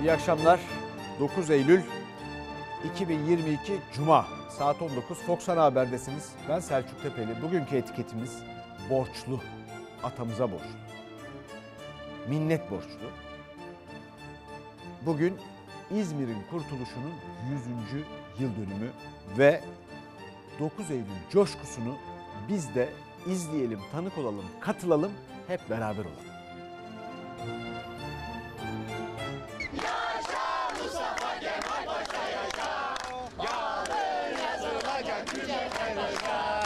İyi akşamlar. 9 Eylül 2022 Cuma saat 19 Fox Ana Haber'desiniz. Ben Selçuk Tepeli. Bugünkü etiketimiz borçlu. Atamıza borçlu. Minnet borçlu. Bugün İzmir'in kurtuluşunun 100. yıl dönümü ve 9 Eylül coşkusunu biz de izleyelim, tanık olalım, katılalım, hep beraber olalım. Yaşa Mustafa Kemal Paşa yaşa. Yarın yazılacak güzel yaşa.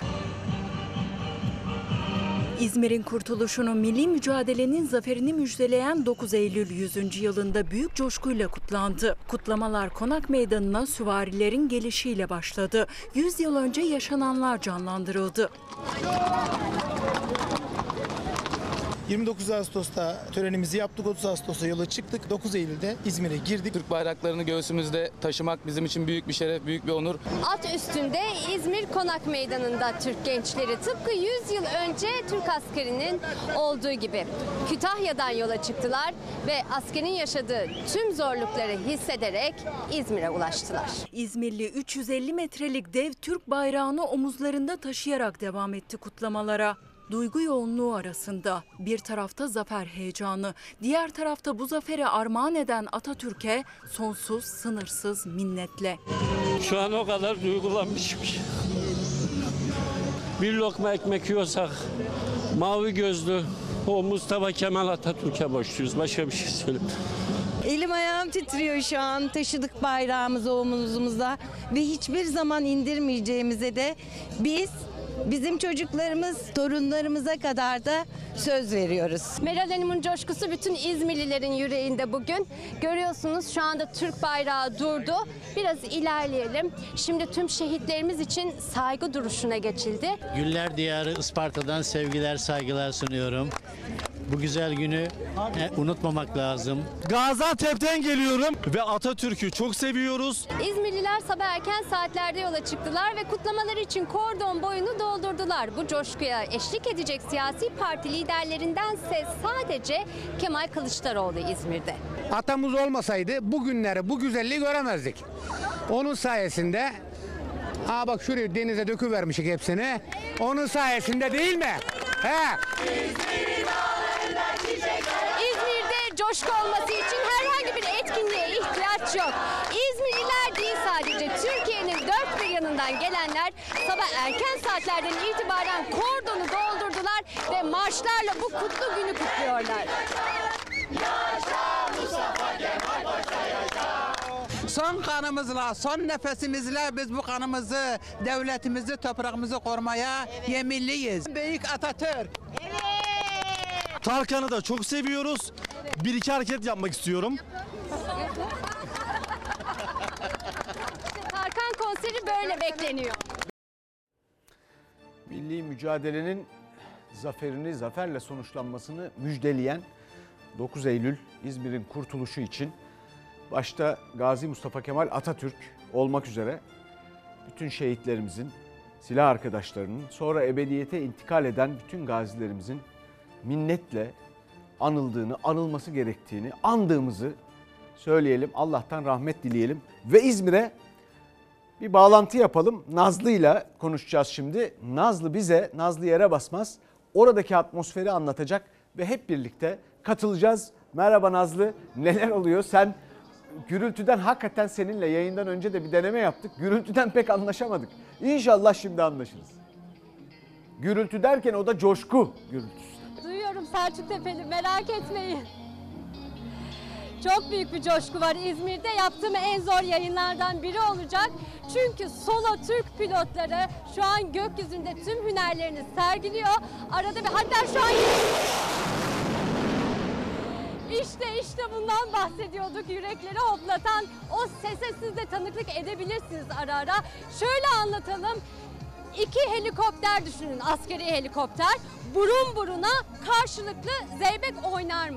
İzmir'in kurtuluşunu, milli mücadelenin zaferini müjdeleyen 9 Eylül 100. yılında büyük coşkuyla kutlandı. Kutlamalar Konak Meydanı'na süvarilerin gelişiyle başladı. 100 yıl önce yaşananlar canlandırıldı. 29 Ağustos'ta törenimizi yaptık, 30 Ağustos'ta yola çıktık, 9 Eylül'de İzmir'e girdik. Türk bayraklarını göğsümüzde taşımak bizim için büyük bir şeref, büyük bir onur. At üstünde İzmir Konak Meydanı'nda Türk gençleri tıpkı 100 yıl önce Türk askerinin olduğu gibi Kütahya'dan yola çıktılar ve askerin yaşadığı tüm zorlukları hissederek İzmir'e ulaştılar. İzmirli 350 metrelik dev Türk bayrağını omuzlarında taşıyarak devam etti kutlamalara. Duygu yoğunluğu arasında bir tarafta zafer heyecanı, diğer tarafta bu zafere armağan eden Atatürk'e sonsuz, sınırsız minnetle. Şu an o kadar duygulanmışım ki. Bir lokma ekmek yiyorsak mavi gözlü o Mustafa Kemal Atatürk'e borçluyuz. Başka bir şey söyleyeyim. Elim ayağım titriyor şu an. Taşıdık bayrağımızı omuzumuzda ve hiçbir zaman indirmeyeceğimize de bizim çocuklarımız, torunlarımıza kadar da söz veriyoruz. Meral Hanım'ın coşkusu bütün İzmirlilerin yüreğinde bugün. Görüyorsunuz şu anda Türk bayrağı durdu. Biraz ilerleyelim. Şimdi tüm şehitlerimiz için saygı duruşuna geçildi. Güller Diyarı Isparta'dan sevgiler, saygılar sunuyorum. Bu güzel günü unutmamak lazım. Gaziantep'ten geliyorum ve Atatürk'ü çok seviyoruz. İzmirliler sabah erken saatlerde yola çıktılar ve kutlamalar için kordon boyunu doldurdular. Bu coşkuya eşlik edecek siyasi parti liderlerindense sadece Kemal Kılıçdaroğlu İzmir'de. Atamız olmasaydı bugünleri, bu güzelliği göremezdik. Onun sayesinde, bak şuraya denize döküvermişik hepsini. Onun sayesinde değil mi? He. İzmir'de coşku olması için herhangi bir etkinliğe ihtiyaç yok. İzmirliler değil sadece, Türkiye'nin dört bir yanından gelenler sabah erken saatlerden itibaren kordonu doldurdular ve marşlarla bu kutlu günü kutluyorlar. Yaşa Mustafa Kemal Paşa yaşa. Son kanımızla, son nefesimizle biz bu kanımızı, devletimizi, toprağımızı korumaya yeminliyiz. Büyük Atatürk. Tarkan'ı da çok seviyoruz. Bir iki hareket yapmak istiyorum. Tarkan konseri böyle bekleniyor. Milli mücadelenin zaferle sonuçlanmasını müjdeleyen 9 Eylül İzmir'in kurtuluşu için başta Gazi Mustafa Kemal Atatürk olmak üzere bütün şehitlerimizin, silah arkadaşlarının, sonra ebediyete intikal eden bütün gazilerimizin minnetle anıldığını, anılması gerektiğini, andığımızı söyleyelim. Allah'tan rahmet dileyelim ve İzmir'e bir bağlantı yapalım. Nazlı'yla konuşacağız şimdi. Nazlı yere basmaz. Oradaki atmosferi anlatacak ve hep birlikte katılacağız. Merhaba Nazlı, neler oluyor? Sen gürültüden, hakikaten seninle yayından önce de bir deneme yaptık. Gürültüden pek anlaşamadık. İnşallah şimdi anlaşırız. Gürültü derken o da coşku gürültüsü. Duyuyorum Selçuk Tepeli, merak etmeyin. Çok büyük bir coşku var İzmir'de. Yaptığım en zor yayınlardan biri olacak. Çünkü solo Türk pilotları şu an gökyüzünde tüm hünerlerini sergiliyor. Arada bir, hatta şu an İşte bundan bahsediyorduk. Yürekleri hoplatan o sese siz de tanıklık edebilirsiniz ara ara. Şöyle anlatalım. 2 helikopter düşünün, askeri helikopter. Burun buruna karşılıklı zeybek oynar mı?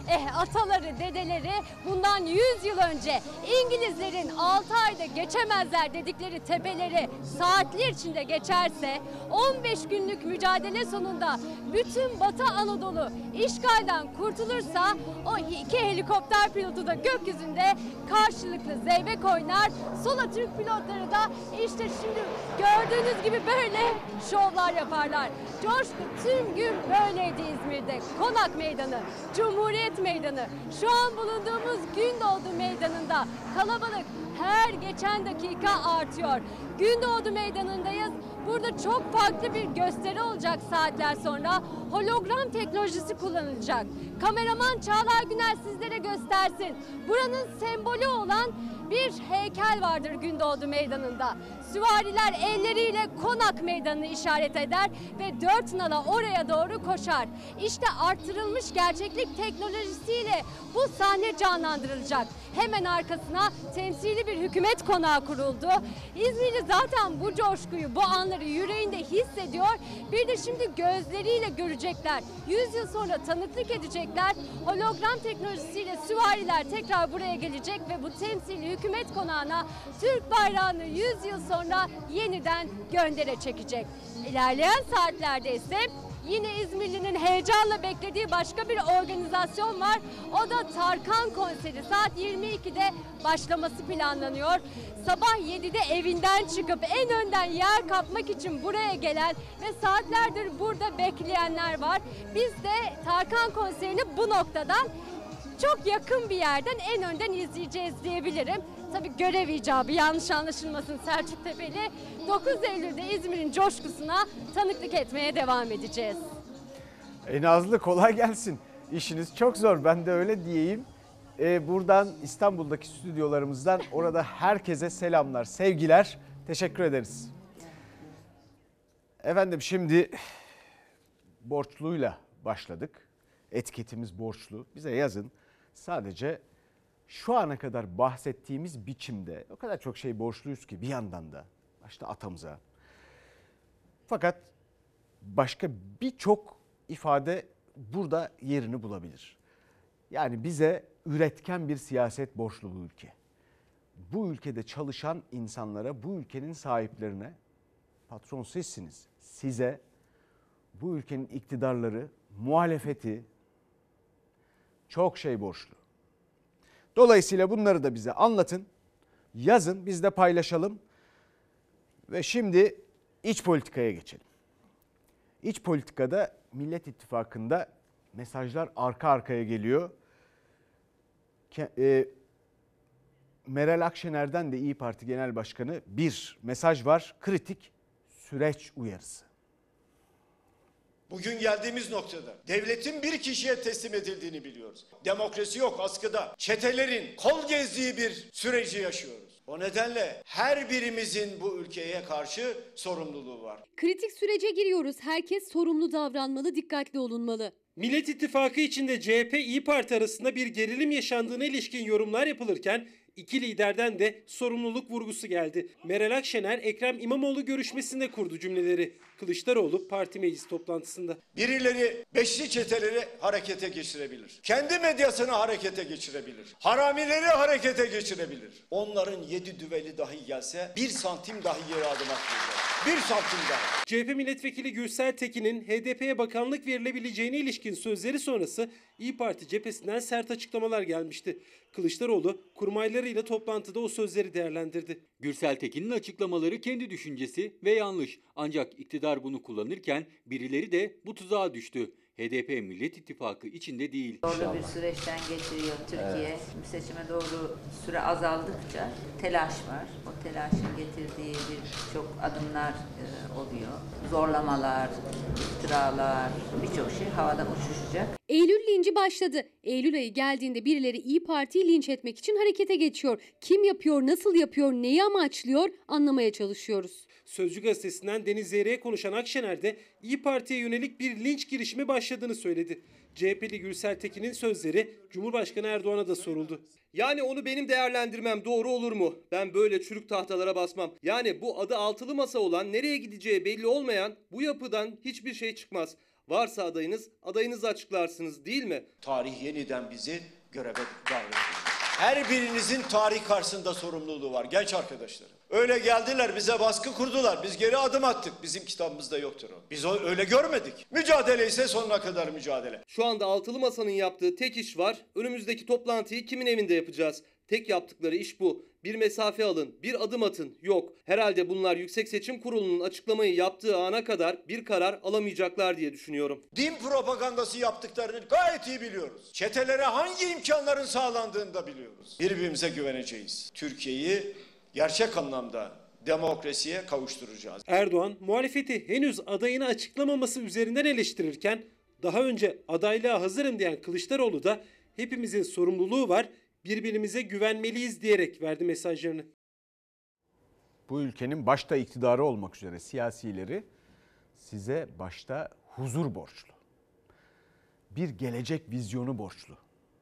Ataları, dedeleri bundan 100 yıl önce İngilizlerin 6 ayda geçemezler dedikleri tepeleri saatler içinde geçerse, 15 günlük mücadele sonunda bütün Batı Anadolu işgalden kurtulursa, o 2 helikopter pilotu da gökyüzünde karşılıklı zeybek oynar. Sola Türk pilotları da işte şimdi gördüğünüz gibi böyle şovlar yaparlar. Coşku tüm gün böyleydi İzmir'de. Konak Meydanı, Cumhuriyet Meydanı, şu an bulunduğumuz Gündoğdu Meydanı'nda kalabalık her geçen dakika artıyor. Gündoğdu Meydanı'ndayız. Burada çok farklı bir gösteri olacak saatler sonra. Hologram teknolojisi kullanılacak. Kameraman Çağlar Güner sizlere göstersin. Buranın sembolü olan bir heykel vardır Gündoğdu Meydanı'nda. Süvariler elleriyle Konak Meydanı'nı işaret eder ve 4 nala oraya doğru koşar. İşte arttırılmış gerçeklik teknolojisiyle bu sahne canlandırılacak. Hemen arkasına temsili bir hükümet konağı kuruldu. İzmirli zaten bu coşkuyu, bu anları yüreğinde hissediyor. Bir de şimdi gözleriyle görecekler. 100 yıl sonra tanıklık edecekler. Hologram teknolojisiyle süvariler tekrar buraya gelecek ve bu temsili hükümet konağına Türk bayrağını 100 yıl sonra yeniden göndere çekecek. İlerleyen saatlerde ise yine İzmirli'nin heyecanla beklediği başka bir organizasyon var. O da Tarkan konseri. Saat 22'de başlaması planlanıyor. Sabah 7'de evinden çıkıp en önden yer kapmak için buraya gelen ve saatlerdir burada bekleyenler var. Biz de Tarkan konserini bu noktadan çok yakın bir yerden en önden izleyeceğiz diyebilirim. Tabii görev icabı, yanlış anlaşılmasın Selçuk Tepeli. 9 Eylül'de İzmir'in coşkusuna tanıklık etmeye devam edeceğiz. Nazlı kolay gelsin. İşiniz çok zor, ben de öyle diyeyim. Buradan İstanbul'daki stüdyolarımızdan orada herkese selamlar, sevgiler. Teşekkür ederiz. Efendim şimdi borçluyla başladık. Etiketimiz borçlu. Bize yazın. Sadece şu ana kadar bahsettiğimiz biçimde o kadar çok şey borçluyuz ki bir yandan da başta atamıza. Fakat başka birçok ifade burada yerini bulabilir. Yani bize üretken bir siyaset borçlu bu ülke. Bu ülkede çalışan insanlara, bu ülkenin sahiplerine, patron sizsiniz, size bu ülkenin iktidarları, muhalefeti çok şey borçlu. Dolayısıyla bunları da bize anlatın, yazın, biz de paylaşalım. Ve şimdi iç politikaya geçelim. İç politikada Millet İttifakı'nda mesajlar arka arkaya geliyor. Meral Akşener'den de İYİ Parti Genel Başkanı bir mesaj var. Kritik süreç uyarısı. Bugün geldiğimiz noktada devletin bir kişiye teslim edildiğini biliyoruz. Demokrasi yok askıda. Çetelerin kol gezdiği bir süreci yaşıyoruz. O nedenle her birimizin bu ülkeye karşı sorumluluğu var. Kritik sürece giriyoruz. Herkes sorumlu davranmalı, dikkatli olunmalı. Millet İttifakı içinde CHP, İYİ Parti arasında bir gerilim yaşandığına ilişkin yorumlar yapılırken iki liderden de sorumluluk vurgusu geldi. Meral Akşener, Ekrem İmamoğlu görüşmesinde kurdu cümleleri. Kılıçdaroğlu parti meclis toplantısında. Birileri beşli çeteleri harekete geçirebilir. Kendi medyasını harekete geçirebilir. Haramileri harekete geçirebilir. Onların 7 düveli dahi gelse 1 santim dahi yere adım atmayacak. 1 santim dahi. CHP milletvekili Gürsel Tekin'in HDP'ye bakanlık verilebileceğine ilişkin sözleri sonrası İYİ Parti cephesinden sert açıklamalar gelmişti. Kılıçdaroğlu kurmaylarıyla toplantıda o sözleri değerlendirdi. Gürsel Tekin'in açıklamaları kendi düşüncesi ve yanlış. Ancak iktidar bunu kullanırken birileri de bu tuzağa düştü. HDP Millet İttifakı içinde değil. Zorlu bir süreçten geçiriyor Türkiye. Evet. Seçime doğru süre azaldıkça telaş var. O telaşın getirdiği birçok adımlar oluyor. Zorlamalar, iftiralar, birçok şey havadan uçuşacak. Eylül linci başladı. Eylül ayı geldiğinde birileri İYİ Parti'yi linç etmek için harekete geçiyor. Kim yapıyor, nasıl yapıyor, neyi amaçlıyor anlamaya çalışıyoruz. Sözcü gazetesinden Deniz Zeyrek'e konuşan Akşener de İYİ Parti'ye yönelik bir linç girişimi başladığını söyledi. CHP'li Gürsel Tekin'in sözleri Cumhurbaşkanı Erdoğan'a da soruldu. Yani onu benim değerlendirmem doğru olur mu? Ben böyle çürük tahtalara basmam. Yani bu adı altılı masa olan, nereye gideceği belli olmayan bu yapıdan hiçbir şey çıkmaz. Varsa adayınız, adayınızı açıklarsınız değil mi? Tarih yeniden bizi göreve davet ediyor. Her birinizin tarih karşısında sorumluluğu var genç arkadaşlarım. Öyle geldiler bize baskı kurdular. Biz geri adım attık. Bizim kitabımızda yoktur o. Biz öyle görmedik. Mücadele ise sonuna kadar mücadele. Şu anda Altılı Masa'nın yaptığı tek iş var. Önümüzdeki toplantıyı kimin evinde yapacağız? Tek yaptıkları iş bu. Bir mesafe alın, bir adım atın. Yok. Herhalde bunlar Yüksek Seçim Kurulu'nun açıklamayı yaptığı ana kadar bir karar alamayacaklar diye düşünüyorum. Din propagandası yaptıklarını gayet iyi biliyoruz. Çetelere hangi imkanların sağlandığını da biliyoruz. Birbirimize güveneceğiz. Türkiye'yi gerçek anlamda demokrasiye kavuşturacağız. Erdoğan muhalefeti henüz adayını açıklamaması üzerinden eleştirirken daha önce adaylığa hazırım diyen Kılıçdaroğlu da hepimizin sorumluluğu var, birbirimize güvenmeliyiz diyerek verdi mesajlarını. Bu ülkenin başta iktidarı olmak üzere siyasileri size başta huzur borçlu. Bir gelecek vizyonu borçlu.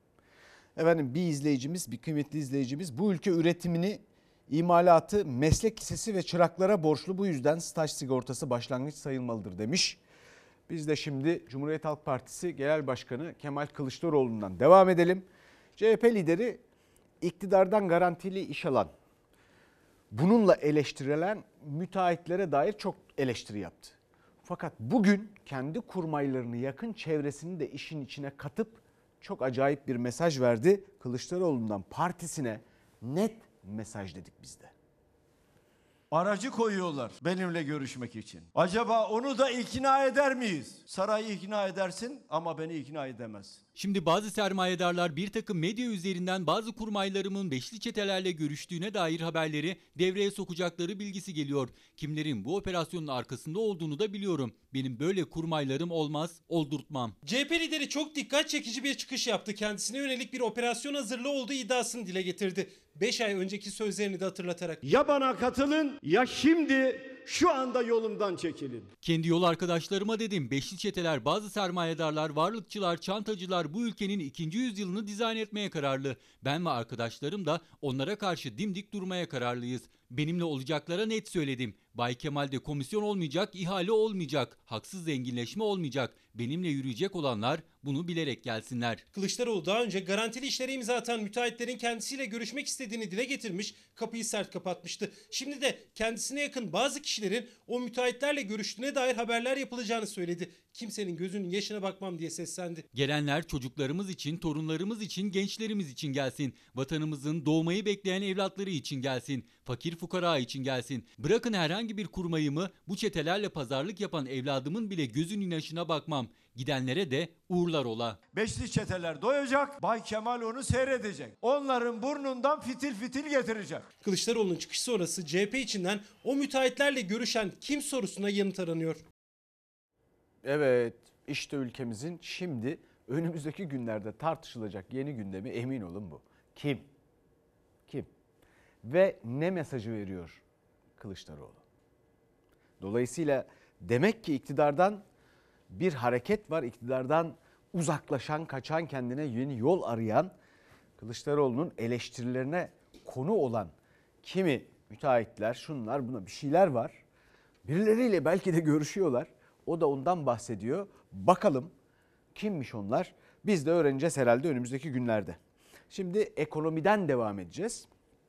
Efendim bir kıymetli izleyicimiz bu ülke üretimini, imalatı meslek lisesi ve çıraklara borçlu, bu yüzden staj sigortası başlangıç sayılmalıdır demiş. Biz de şimdi Cumhuriyet Halk Partisi Genel Başkanı Kemal Kılıçdaroğlu'ndan devam edelim. CHP lideri iktidardan garantili iş alan, bununla eleştirilen müteahhitlere dair çok eleştiri yaptı. Fakat bugün kendi kurmaylarını, yakın çevresini de işin içine katıp çok acayip bir mesaj verdi. Kılıçdaroğlu'ndan partisine net mesaj dedik biz de. Aracı koyuyorlar benimle görüşmek için. Acaba onu da ikna eder miyiz? Sarayı ikna edersin ama beni ikna edemezsin. Şimdi bazı sermayedarlar bir takım medya üzerinden bazı kurmaylarımın beşli çetelerle görüştüğüne dair haberleri devreye sokacakları bilgisi geliyor. Kimlerin bu operasyonun arkasında olduğunu da biliyorum. Benim böyle kurmaylarım olmaz, oldurtmam. CHP lideri çok dikkat çekici bir çıkış yaptı. Kendisine yönelik bir operasyon hazırlığı olduğu iddiasını dile getirdi. 5 ay önceki sözlerini de hatırlatarak. Ya bana katılın ya şimdi şu anda yolumdan çekilin. Kendi yol arkadaşlarıma dedim, beşli çeteler, bazı sermayedarlar, varlıkçılar, çantacılar bu ülkenin 2. yüzyılını dizayn etmeye kararlı. Ben ve arkadaşlarım da onlara karşı dimdik durmaya kararlıyız. Benimle olacaklara net söyledim. Bay Kemal'de komisyon olmayacak, ihale olmayacak, haksız zenginleşme olmayacak. Benimle yürüyecek olanlar bunu bilerek gelsinler. Kılıçdaroğlu daha önce garantili işlere imza atan müteahhitlerin kendisiyle görüşmek istediğini dile getirmiş, kapıyı sert kapatmıştı. Şimdi de kendisine yakın bazı kişilerin o müteahhitlerle görüştüğüne dair haberler yapılacağını söyledi. Kimsenin gözünün yaşına bakmam diye seslendi. Gelenler çocuklarımız için, torunlarımız için, gençlerimiz için gelsin. Vatanımızın doğmayı bekleyen evlatları için gelsin. Fakir fukara için gelsin. Bırakın herhangi bir kurmayımı, bu çetelerle pazarlık yapan evladımın bile gözünün yaşına bakmam. Gidenlere de uğurlar ola. Beşli çeteler doyacak, Bay Kemal onu seyredecek. Onların burnundan fitil fitil getirecek. Kılıçdaroğlu'nun çıkışı sonrası CHP içinden o müteahhitlerle görüşen kim sorusuna yanıt aranıyor. Evet, işte ülkemizin şimdi önümüzdeki günlerde tartışılacak yeni gündemi, emin olun bu. Kim? Kim? Ve ne mesajı veriyor Kılıçdaroğlu? Dolayısıyla demek ki iktidardan bir hareket var. İktidardan uzaklaşan, kaçan, kendine yeni yol arayan, Kılıçdaroğlu'nun eleştirilerine konu olan kimi müteahhitler, şunlar, buna bir şeyler var. Birileriyle belki de görüşüyorlar. O da ondan bahsediyor. Bakalım kimmiş onlar? Biz de öğreneceğiz herhalde önümüzdeki günlerde. Şimdi ekonomiden devam edeceğiz.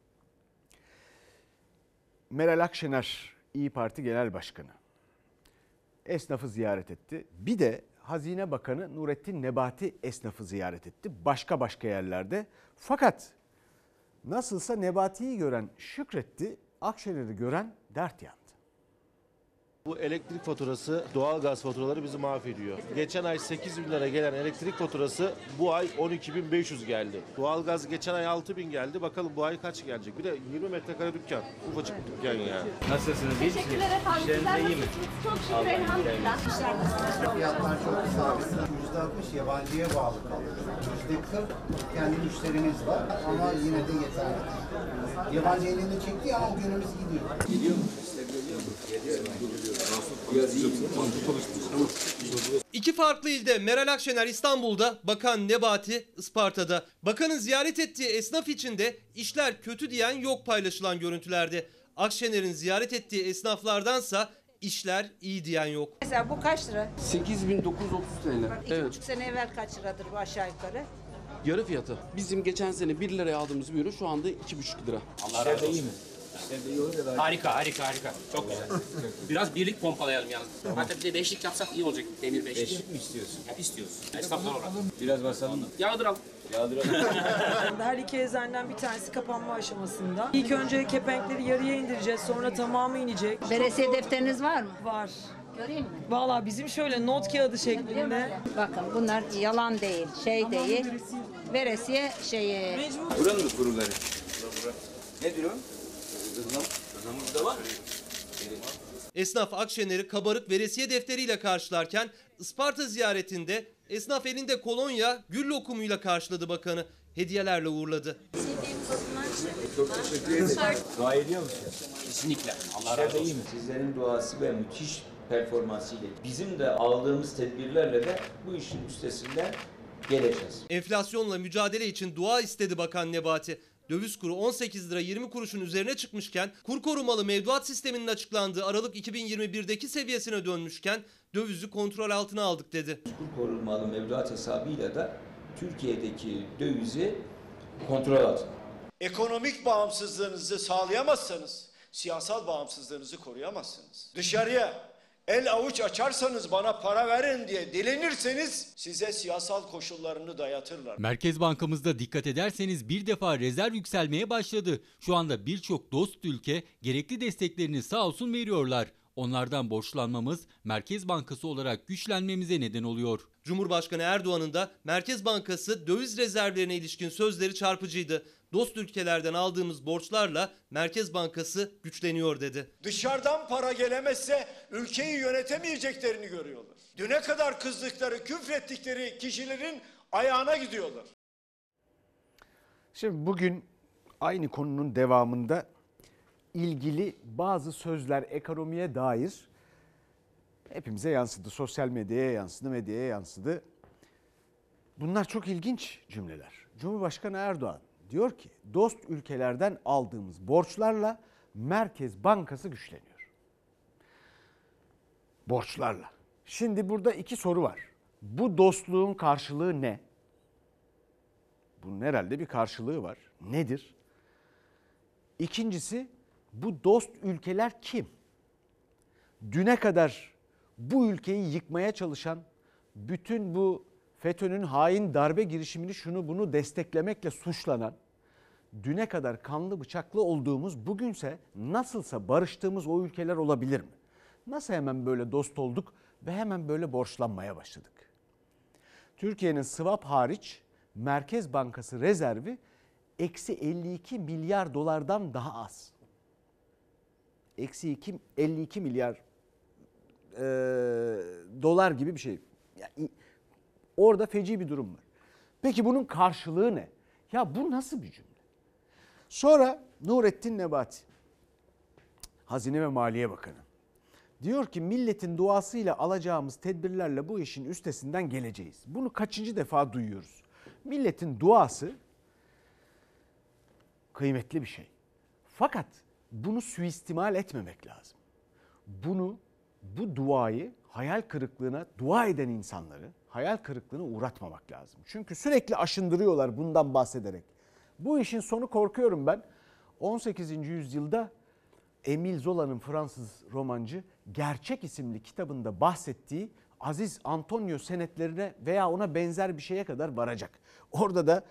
Meral Akşener, İYİ Parti Genel Başkanı, esnafı ziyaret etti. Bir de Hazine Bakanı Nurettin Nebati esnafı ziyaret etti. Başka yerlerde. Fakat nasılsa Nebati'yi gören şükretti, Akşener'i gören dert yandı. Bu elektrik faturası, doğalgaz faturaları bizi mahvediyor. Geçen ay 8 bin lira gelen elektrik faturası bu ay 12.500 geldi. Doğalgaz geçen ay 6.000 geldi. Bakalım bu ay kaç gelecek? Bir de 20 metrekare dükkan. Ufacık bir dükkan ya. Nasılsınız? Teşekkürler efendim. İşleriniz iyi mi? Çok şükür elhamdülillah. Fiyatlar çok sabit. %60 yabancıya bağlı kalıyor. %40 kendi müşterimiz var ama yine de yeterli. Yabancı elini çekti ama günümüz gidiyor. Gidiyor mu? İki farklı ilde Meral Akşener İstanbul'da, Bakan Nebati Isparta'da. Bakanın ziyaret ettiği esnaf içinde işler kötü diyen yok paylaşılan görüntülerde. Akşener'in ziyaret ettiği esnaflardansa işler iyi diyen yok. Mesela bu kaç lira? 8.930 TL. Bak, 2,5 sene evvel kaç liradır bu aşağı yukarı? Yarı fiyatı. Bizim geçen sene 1 liraya aldığımız bir ürün şu anda 2,5 lira. Allah razı olsun. Harika. Çok güzel. Biraz birlik pompalayalım yalnız. Hatta bir de beşlik yapsak iyi olacak. Demir beşlik. Beşlik mi istiyorsun? Hep istiyoruz. Esnaflar olarak. Biraz basalım mı? Yağdıralım. Her iki eczaneden bir tanesi kapanma aşamasında. İlk önce kepenkleri yarıya indireceğiz, sonra tamamı inecek. Veresiye defteriniz var mı? Var. Göreyim mi? Valla bizim şöyle not kağıdı şeklinde. Bakın bunlar yalan değil, şey değil. Veresiye şeyi. Buranın mı kuruları? Ne diyor? Hızlamızda var mı? Esnaf Akşener'i kabarık veresiye defteriyle karşılarken Isparta ziyaretinde esnaf elinde kolonya, gül lokumuyla karşıladı bakanı. Hediyelerle uğurladı. Çok teşekkür ederim. Dua ediyor musun? Kesinlikle. Allah razı olsun. Sizlerin duası ve müthiş performansıyla bizim de aldığımız tedbirlerle de bu işin üstesinden geleceğiz. Enflasyonla mücadele için dua istedi Bakan Nebati. Döviz kuru 18 lira 20 kuruşun üzerine çıkmışken kur korumalı mevduat sisteminin açıklandığı Aralık 2021'deki seviyesine dönmüşken dövizi kontrol altına aldık dedi. Kur korumalı mevduat hesabıyla da Türkiye'deki dövizi kontrol altına. Ekonomik bağımsızlığınızı sağlayamazsanız siyasal bağımsızlığınızı koruyamazsınız. Dışarıya el avuç açarsanız bana para verin diye dilenirseniz size siyasal koşullarını dayatırlar. Merkez Bankamızda dikkat ederseniz bir defa rezerv yükselmeye başladı. Şu anda birçok dost ülke gerekli desteklerini sağ olsun veriyorlar. Onlardan borçlanmamız Merkez Bankası olarak güçlenmemize neden oluyor. Cumhurbaşkanı Erdoğan'ın da Merkez Bankası döviz rezervlerine ilişkin sözleri çarpıcıydı. Dost ülkelerden aldığımız borçlarla Merkez Bankası güçleniyor dedi. Dışarıdan para gelemezse ülkeyi yönetemeyeceklerini görüyorlar. Düne kadar kızdıkları, küfrettikleri kişilerin ayağına gidiyorlar. Şimdi bugün aynı konunun devamında ilgili bazı sözler ekonomiye dair hepimize yansıdı. Sosyal medyaya yansıdı, medyaya yansıdı. Bunlar çok ilginç cümleler. Cumhurbaşkanı Erdoğan diyor ki dost ülkelerden aldığımız borçlarla Merkez Bankası güçleniyor. Borçlarla. Şimdi burada iki soru var. Bu dostluğun karşılığı ne? Bunun herhalde bir karşılığı var. Nedir? İkincisi, bu dost ülkeler kim? Düne kadar bu ülkeyi yıkmaya çalışan, bütün bu FETÖ'nün hain darbe girişimini şunu bunu desteklemekle suçlanan, düne kadar kanlı bıçaklı olduğumuz, bugünse nasılsa barıştığımız o ülkeler olabilir mi? Nasıl hemen böyle dost olduk ve hemen böyle borçlanmaya başladık? Türkiye'nin swap hariç Merkez Bankası rezervi eksi 52 milyar dolardan daha az. Eksi 52 milyar dolar gibi bir şey. Yani orada feci bir durum var. Peki bunun karşılığı ne? Ya bu nasıl bir cümle? Sonra Nurettin Nebati, Hazine ve Maliye Bakanı, diyor ki milletin duasıyla alacağımız tedbirlerle bu işin üstesinden geleceğiz. Bunu kaçıncı defa duyuyoruz? Milletin duası kıymetli bir şey. Fakat bunu suistimal etmemek lazım. Bu duayı hayal kırıklığına, dua eden insanları hayal kırıklığına uğratmamak lazım. Çünkü sürekli aşındırıyorlar bundan bahsederek. Bu işin sonu, korkuyorum ben, 18. yüzyılda Émile Zola'nın, Fransız romancı, Gerçek isimli kitabında bahsettiği Aziz Antonio senetlerine veya ona benzer bir şeye kadar varacak. Orada da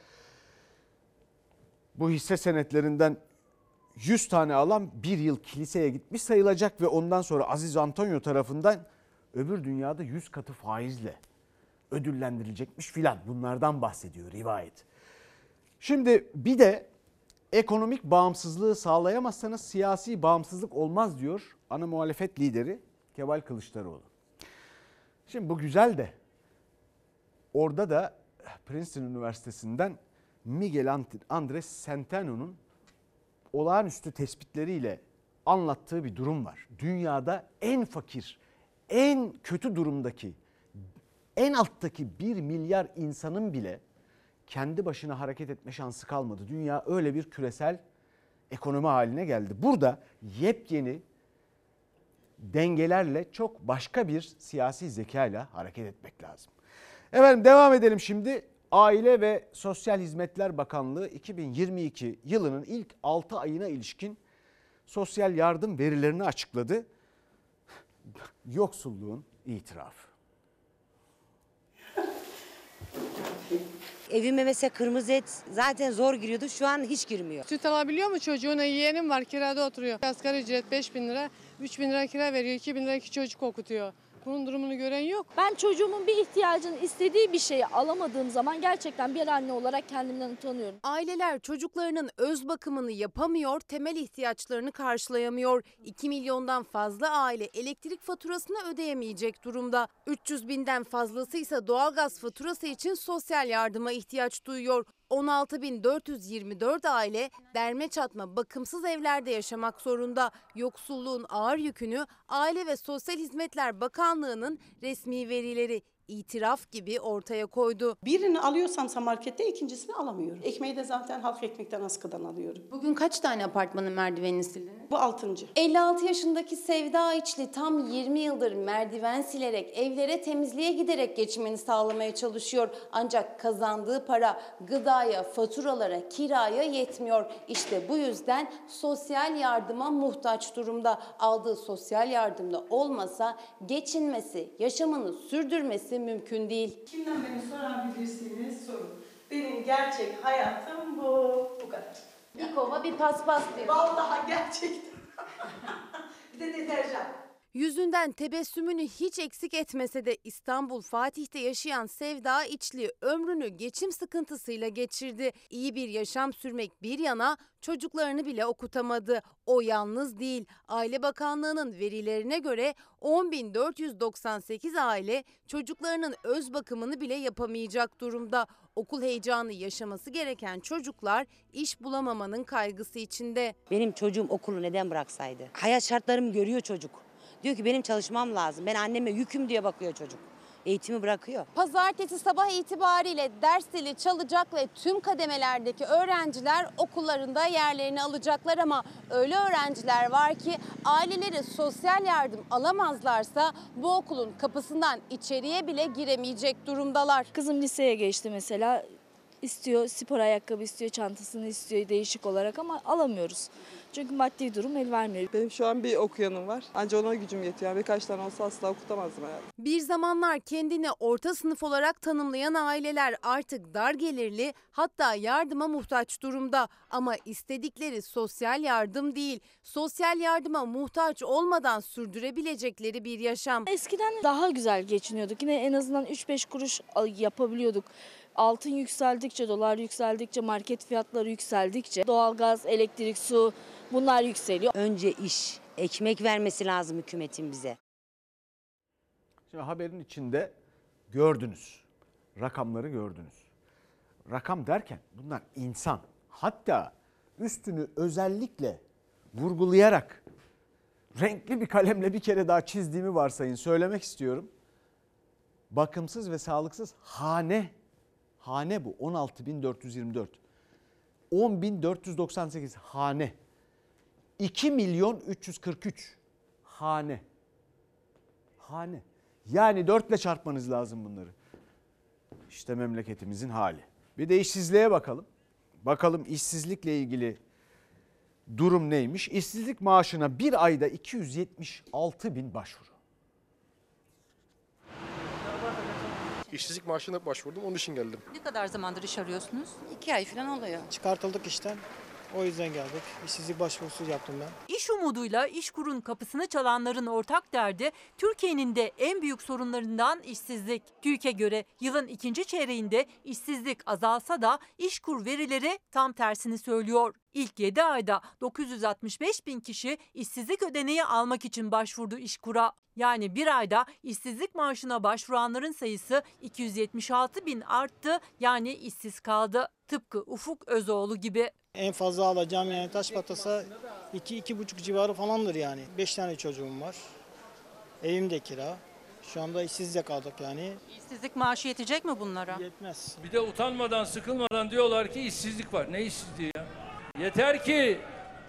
bu hisse senetlerinden 100 tane alan bir yıl kiliseye gitmiş sayılacak ve ondan sonra Aziz Antonio tarafından öbür dünyada 100 katı faizle ödüllendirilecekmiş filan. Bunlardan bahsediyor rivayet. Şimdi bir de ekonomik bağımsızlığı sağlayamazsanız siyasi bağımsızlık olmaz diyor ana muhalefet lideri Kemal Kılıçdaroğlu. Şimdi bu güzel de orada da Princeton Üniversitesi'nden Miguel Andres Centeno'nun olağanüstü tespitleriyle anlattığı bir durum var. Dünyada en fakir, en kötü durumdaki, en alttaki 1 milyar insanın bile kendi başına hareket etme şansı kalmadı. Dünya öyle bir küresel ekonomi haline geldi. Burada yepyeni dengelerle çok başka bir siyasi zekayla hareket etmek lazım. Efendim devam edelim şimdi. Aile ve Sosyal Hizmetler Bakanlığı 2022 yılının ilk 6 ayına ilişkin sosyal yardım verilerini açıkladı. Yoksulluğun itirafı. Evime mesela kırmızı et zaten zor giriyordu, şu an hiç girmiyor. Süt alabiliyor mu çocuğuna? Yeğenim var, kirada oturuyor. Asgari ücret 5.000 lira, 3.000 lira kira veriyor, 2.000 lira 2 çocuk okutuyor. Bunun durumunu gören yok. Ben çocuğumun bir ihtiyacını, istediği bir şeyi alamadığım zaman gerçekten bir anne olarak kendimden utanıyorum. Aileler çocuklarının öz bakımını yapamıyor, temel ihtiyaçlarını karşılayamıyor. 2 milyondan fazla aile elektrik faturasını ödeyemeyecek durumda. 300 binden fazlası ise doğalgaz faturası için sosyal yardıma ihtiyaç duyuyor. 16.424 aile derme çatma bakımsız evlerde yaşamak zorunda. Yoksulluğun ağır yükünü Aile ve Sosyal Hizmetler Bakanlığı'nın resmi verileri itiraf gibi ortaya koydu. Birini alıyorsam markette ikincisini alamıyorum. Ekmeği de zaten halk ekmekten askıdan alıyorum. Bugün kaç tane apartmanın merdivenini sildiniz? Bu 6. 56 yaşındaki Sevda İçli tam 20 yıldır merdiven silerek, evlere temizliğe giderek geçimini sağlamaya çalışıyor. Ancak kazandığı para gıdaya, faturalara, kiraya yetmiyor. İşte bu yüzden sosyal yardıma muhtaç durumda. Aldığı sosyal yardımda olmasa geçinmesi, yaşamını sürdürmesi mümkün değil. Kimden beni sorabilirsiniz sorun. Benim gerçek hayatım bu. Bu kadar. Bir kova bir paspas diyor. Vallahi gerçekten. Bir de deterjan. Yüzünden tebessümünü hiç eksik etmese de İstanbul Fatih'te yaşayan Sevda İçli ömrünü geçim sıkıntısıyla geçirdi. İyi bir yaşam sürmek bir yana çocuklarını bile okutamadı. O yalnız değil. Aile Bakanlığı'nın verilerine göre 10.498 aile çocuklarının öz bakımını bile yapamayacak durumda. Okul heyecanı yaşaması gereken çocuklar iş bulamamanın kaygısı içinde. Benim çocuğum okulu neden bıraksaydı? Hayat şartlarımı görüyor çocuk. Diyor ki benim çalışmam lazım. Ben anneme yüküm diye bakıyor çocuk. Eğitimi bırakıyor. Pazartesi sabah itibariyle ders zili çalacak ve tüm kademelerdeki öğrenciler okullarında yerlerini alacaklar ama öyle öğrenciler var ki aileleri sosyal yardım alamazlarsa bu okulun kapısından içeriye bile giremeyecek durumdalar. Kızım liseye geçti mesela. İstiyor, spor ayakkabı istiyor, çantasını istiyor değişik olarak ama alamıyoruz. Çünkü maddi durum el vermiyor. Benim şu an bir okuyanım var. Ancak ona gücüm yetiyor. Birkaç tane olsa asla okutamazdım herhalde. Bir zamanlar kendini orta sınıf olarak tanımlayan aileler artık dar gelirli, hatta yardıma muhtaç durumda. Ama istedikleri sosyal yardım değil, sosyal yardıma muhtaç olmadan sürdürebilecekleri bir yaşam. Eskiden daha güzel geçiniyorduk. Yine en azından 3-5 kuruş yapabiliyorduk. Altın yükseldikçe, dolar yükseldikçe, market fiyatları yükseldikçe doğalgaz, elektrik, su bunlar yükseliyor. Önce iş, ekmek vermesi lazım hükümetin bize. Şimdi haberin içinde gördünüz, rakamları gördünüz. Rakam derken bunlar insan. Hatta üstünü özellikle vurgulayarak renkli bir kalemle bir kere daha çizdiğimi varsayın söylemek istiyorum. Bakımsız ve sağlıksız hane bu 16.424. 10.498 hane. 2.343.000 hane. Hane. Yani 4 ile çarpmanız lazım bunları. İşte memleketimizin hali. Bir de işsizliğe bakalım. Bakalım işsizlikle ilgili durum neymiş? İşsizlik maaşına bir ayda 276.000 başvuru. İşsizlik maaşına başvurdum, onun için geldim. Ne kadar zamandır iş arıyorsunuz? 2 ay falan oluyor. Çıkartıldık işten. O yüzden geldik. İşsizlik başvurusu yaptım ben. İş umuduyla İşkur'un kapısını çalanların ortak derdi Türkiye'nin de en büyük sorunlarından işsizlik. TÜİK'e göre yılın ikinci çeyreğinde işsizlik azalsa da İşkur verileri tam tersini söylüyor. İlk 7 ayda 965.000 kişi işsizlik ödeneği almak için başvurdu İşkur'a. Yani bir ayda işsizlik maaşına başvuranların sayısı 276.000 arttı, yani işsiz kaldı. Tıpkı Ufuk Özoğlu gibi. En fazla alacağım yani taş patlasa 2-2,5 civarı falandır yani. 5 tane çocuğum var. Evim de kira. Şu anda işsiz de kaldık yani. İşsizlik maaşı yetecek mi bunlara? Yetmez. Bir de utanmadan, sıkılmadan diyorlar ki işsizlik var. Ne işsizliği ya? Yeter ki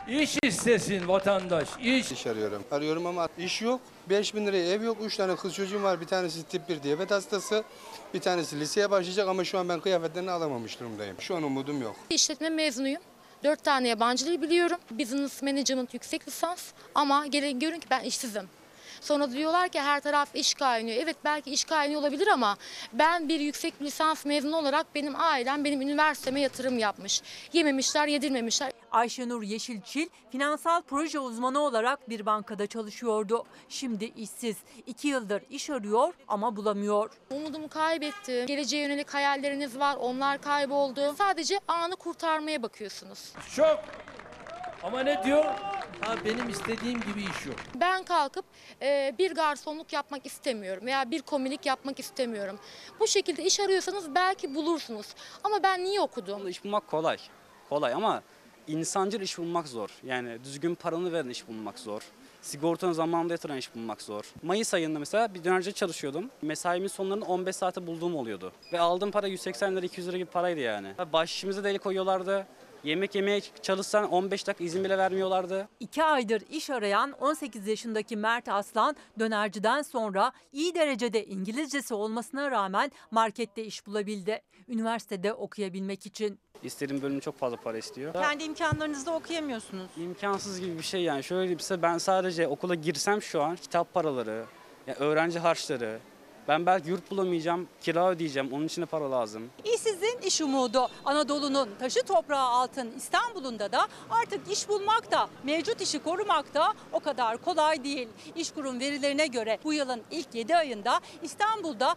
İş istesin vatandaş, iş. İş arıyorum ama iş yok. 5.000 liraya ev yok. 3 tane kız çocuğum var. Bir tanesi tip 1 diyabet hastası. Bir tanesi liseye başlayacak ama şu an ben kıyafetlerini alamamış durumdayım. Şu an umudum yok. İşletme mezunuyum. 4 tane yabancı dil biliyorum. Business Management yüksek lisans ama görün ki ben işsizim. Sonra diyorlar ki her taraf iş kaynıyor. Evet belki iş kaynıyor olabilir ama ben bir yüksek lisans mezunu olarak benim ailem benim üniversiteme yatırım yapmış. Yememişler, yedirmemişler. Ayşenur Yeşilçil finansal proje uzmanı olarak bir bankada çalışıyordu. Şimdi işsiz. 2 yıldır iş arıyor ama bulamıyor. Umudumu kaybettim. Geleceğe yönelik hayalleriniz var, onlar kayboldu. Sadece anı kurtarmaya bakıyorsunuz. Çok. Ama ne diyor? Ha, benim istediğim gibi iş yok. Ben kalkıp bir garsonluk yapmak istemiyorum veya bir komilik yapmak istemiyorum. Bu şekilde iş arıyorsanız belki bulursunuz. Ama ben niye okudum? İş bulmak kolay. Kolay ama insancıl iş bulmak zor. Yani düzgün paranı veren iş bulmak zor. Sigortanı zamanında yatıran iş bulmak zor. Mayıs ayında mesela bir dönerci çalışıyordum. Mesaimin sonlarını 15 saate bulduğum oluyordu. Ve aldığım para 180 lira 200 lira gibi paraydı yani. Bahşişimize de el koyuyorlardı. Yemek yemeye çalışsan 15 dakika izin bile vermiyorlardı. 2 aydır iş arayan 18 yaşındaki Mert Aslan dönerciden sonra iyi derecede İngilizcesi olmasına rağmen markette iş bulabildi. Üniversitede okuyabilmek için. İstediğim bölüm çok fazla para istiyor. Kendi imkanlarınızla okuyamıyorsunuz. İmkansız gibi bir şey yani. Şöyle diyeyim, ben sadece okula girsem şu an kitap paraları, yani öğrenci harçları, ben belki yurt bulamayacağım, kira ödeyeceğim, onun için de para lazım. İşsizin iş umudu. Anadolu'nun taşı toprağı altın İstanbul'unda da artık iş bulmak da mevcut işi korumak da o kadar kolay değil. İşkurum verilerine göre bu yılın ilk 7 ayında İstanbul'da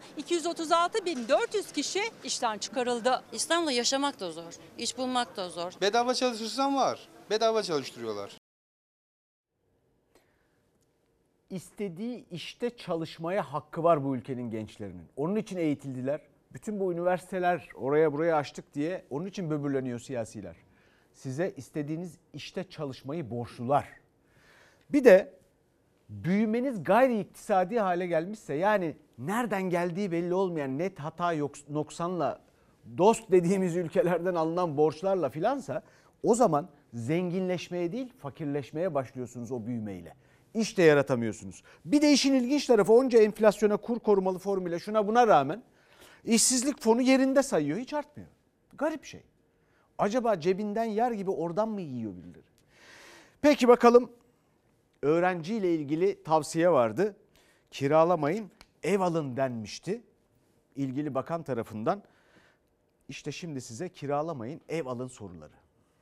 236.400 kişi işten çıkarıldı. İstanbul'da yaşamak da zor, iş bulmak da zor. Bedava çalışırsan var. Bedava çalıştırıyorlar. İstediği işte çalışmaya hakkı var bu ülkenin gençlerinin. Onun için eğitildiler. Bütün bu üniversiteler oraya buraya açtık diye onun için böbürleniyor siyasiler. Size istediğiniz işte çalışmayı borçlular. Bir de büyümeniz gayri iktisadi hale gelmişse, yani nereden geldiği belli olmayan net hata noksanla, dost dediğimiz ülkelerden alınan borçlarla filansa, o zaman zenginleşmeye değil fakirleşmeye başlıyorsunuz o büyümeyle. İş de yaratamıyorsunuz. Bir de işin ilginç tarafı, onca enflasyona, kur korumalı formüle, şuna buna rağmen işsizlik fonu yerinde sayıyor, hiç artmıyor. Garip şey. Acaba cebinden yer gibi oradan mı yiyor birileri? Peki bakalım, öğrenciyle ilgili tavsiye vardı. Kiralamayın, ev alın denmişti ilgili bakan tarafından. İşte şimdi size kiralamayın, ev alın soruları.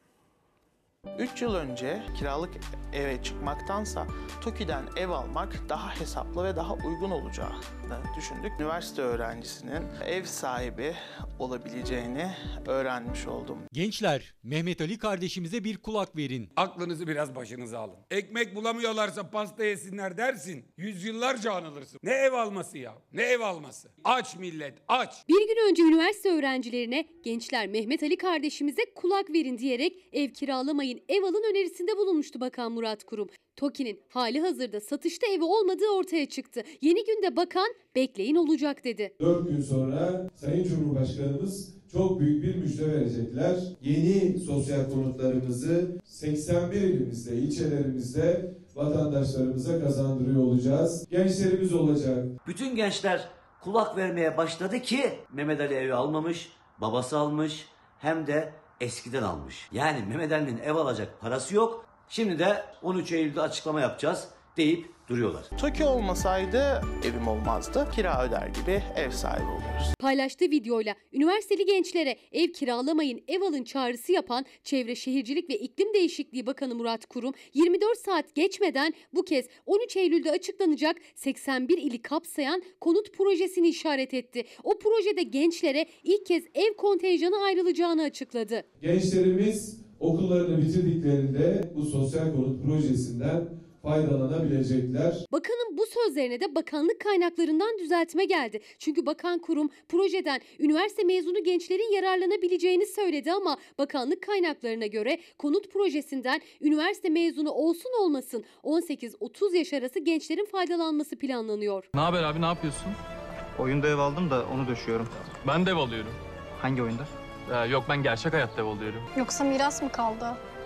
3 yıl önce kiralık eve çıkmaktansa TOKİ'den ev almak daha hesaplı ve daha uygun olacağını düşündük. Üniversite öğrencisinin ev sahibi olabileceğini öğrenmiş oldum. Gençler, Mehmet Ali kardeşimize bir kulak verin. Aklınızı biraz başınıza alın. Ekmek bulamıyorlarsa pasta yesinler dersin. Yüzyıllarca anılırsın. Ne ev alması ya? Ne ev alması? Aç millet, aç. Bir gün önce üniversite öğrencilerine gençler Mehmet Ali kardeşimize kulak verin diyerek ev kiralamayın, ev alın önerisinde bulunmuştu Bakan Murat Kurum. TOKİ'nin hali hazırda satışta evi olmadığı ortaya çıktı. Yeni günde bakan bekleyin olacak dedi. 4 gün sonra Sayın Cumhurbaşkanımız çok büyük bir müjde verecekler. Yeni sosyal konutlarımızı 81 ilimizde, ilçelerimizde vatandaşlarımıza kazandırıyor olacağız. Gençlerimiz olacak. Bütün gençler kulak vermeye başladı ki Mehmet Ali evi almamış, babası almış, hem de eskiden almış. Yani Mehmet Ali'nin ev alacak parası yok. Şimdi de 13 Eylül'de açıklama yapacağız deyip duruyorlar. TOKİ olmasaydı evim olmazdı. Kira öder gibi ev sahibi oluyoruz. Paylaştığı videoyla üniversiteli gençlere ev kiralamayın, ev alın çağrısı yapan Çevre Şehircilik ve İklim Değişikliği Bakanı Murat Kurum 24 saat geçmeden bu kez 13 Eylül'de açıklanacak 81 ili kapsayan konut projesini işaret etti. O projede gençlere ilk kez ev kontenjanı ayrılacağını açıkladı. Gençlerimiz okullarını bitirdiklerinde bu sosyal konut projesinden faydalanabilecekler. Bakanın bu sözlerine de bakanlık kaynaklarından düzeltme geldi. Çünkü Bakan Kurum projeden üniversite mezunu gençlerin yararlanabileceğini söyledi ama bakanlık kaynaklarına göre konut projesinden üniversite mezunu olsun olmasın 18-30 yaş arası gençlerin faydalanması planlanıyor. Ne haber abi, ne yapıyorsun? Oyunda ev aldım da onu döşüyorum. Ben de ev alıyorum. Hangi oyunda? Yok, ben gerçek hayatta ev alıyorum. Yoksa miras mı kaldı?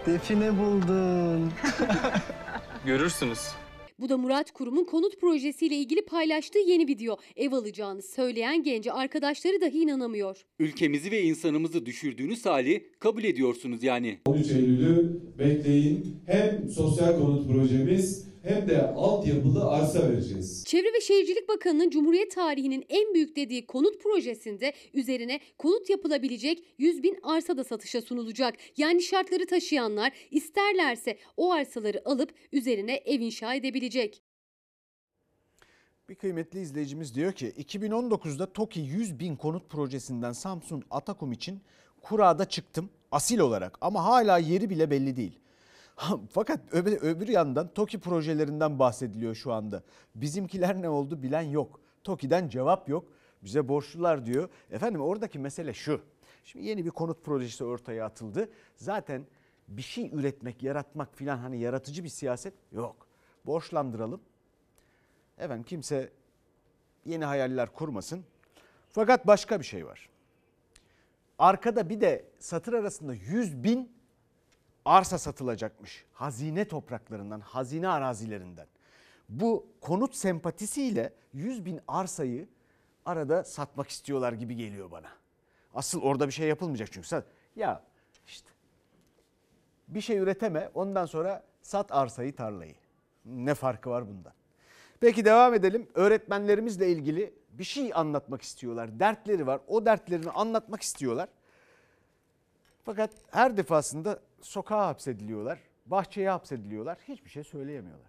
Define buldun. Görürsünüz. Bu da Murat Kurum'un konut projesiyle ilgili paylaştığı yeni video. Ev alacağını söyleyen gence arkadaşları dahi inanamıyor. Ülkemizi ve insanımızı düşürdüğünüz hali kabul ediyorsunuz yani. 13 Eylül'ü bekleyin. Hem sosyal konut projemiz hem de altyapılı arsa vereceğiz. Çevre ve Şehircilik Bakanı'nın Cumhuriyet tarihinin en büyük dediği konut projesinde üzerine konut yapılabilecek 100.000 arsa da satışa sunulacak. Yani şartları taşıyanlar isterlerse o arsaları alıp üzerine ev inşa edebilecek. Bir kıymetli izleyicimiz diyor ki 2019'da TOKİ 100.000 konut projesinden Samsun Atakum için kurada çıktım asil olarak ama hala yeri bile belli değil. Fakat öbür yandan TOKİ projelerinden bahsediliyor şu anda. Bizimkiler ne oldu bilen yok. TOKİ'den cevap yok. Bize borçlular diyor. Efendim oradaki mesele şu. Şimdi yeni bir konut projesi ortaya atıldı. Zaten bir şey üretmek, yaratmak filan hani yaratıcı bir siyaset yok. Borçlandıralım. Efendim kimse yeni hayaller kurmasın. Fakat başka bir şey var. Arkada bir de satır arasında 100.000 arsa satılacakmış. Hazine topraklarından, hazine arazilerinden. Bu konut sempatisiyle 100.000 arsayı arada satmak istiyorlar gibi geliyor bana. Asıl orada bir şey yapılmayacak çünkü. Ya işte bir şey üreteme ondan sonra sat arsayı tarlayı. Ne farkı var bundan? Peki devam edelim. Öğretmenlerimizle ilgili bir şey anlatmak istiyorlar. Dertleri var. O dertlerini anlatmak istiyorlar. Fakat her defasında sokağa hapsediliyorlar, bahçeye hapsediliyorlar. Hiçbir şey söyleyemiyorlar.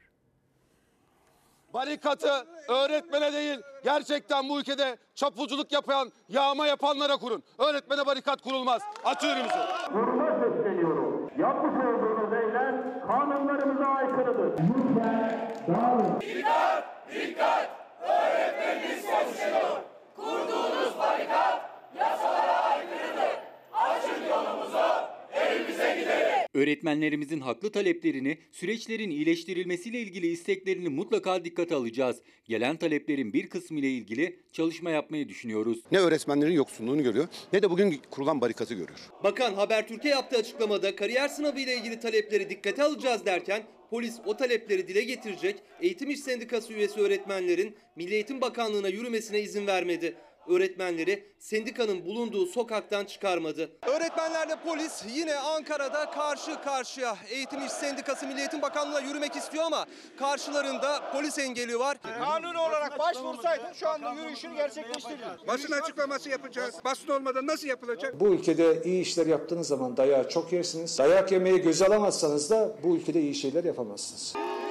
Barikatı öğretmene değil, gerçekten bu ülkede çapulculuk yapan, yağma yapanlara kurun. Öğretmene barikat kurulmaz. Açın önümüzü. Kuruma sesleniyorum. Yapmış olduğunuz eylem kanunlarımıza aykırıdır. Lütfen dağılın. Dikkat! Dikkat! Öğretmeniniz konuşuyor. Kurduğunuz barikat yasalara aykırıdır. Açın yolumuzu, evimize gidelim. Öğretmenlerimizin haklı taleplerini, süreçlerin iyileştirilmesiyle ilgili isteklerini mutlaka dikkate alacağız. Gelen taleplerin bir kısmı ile ilgili çalışma yapmayı düşünüyoruz. Ne öğretmenlerin yoksunluğunu görüyor ne de bugün kurulan barikatı görüyor. Bakan Habertürk'e yaptığı açıklamada kariyer sınavı ile ilgili talepleri dikkate alacağız derken polis o talepleri dile getirecek, Eğitim İş Sendikası üyesi öğretmenlerin Milli Eğitim Bakanlığı'na yürümesine izin vermedi. Öğretmenleri sendikanın bulunduğu sokaktan çıkarmadı. Öğretmenlerle polis yine Ankara'da karşı karşıya. Eğitim İş Sendikası Milli Eğitim Bakanlığı'na yürümek istiyor ama karşılarında polis engeli var. Kanun olarak başvursaydın şu anda yürüyüşünü gerçekleştirdin. Basın açıklaması yapacağız. Basın olmadan nasıl yapılacak? Bu ülkede iyi işler yaptığınız zaman dayağı çok yersiniz. Dayak yemeyi göze alamazsanız da bu ülkede iyi şeyler yapamazsınız.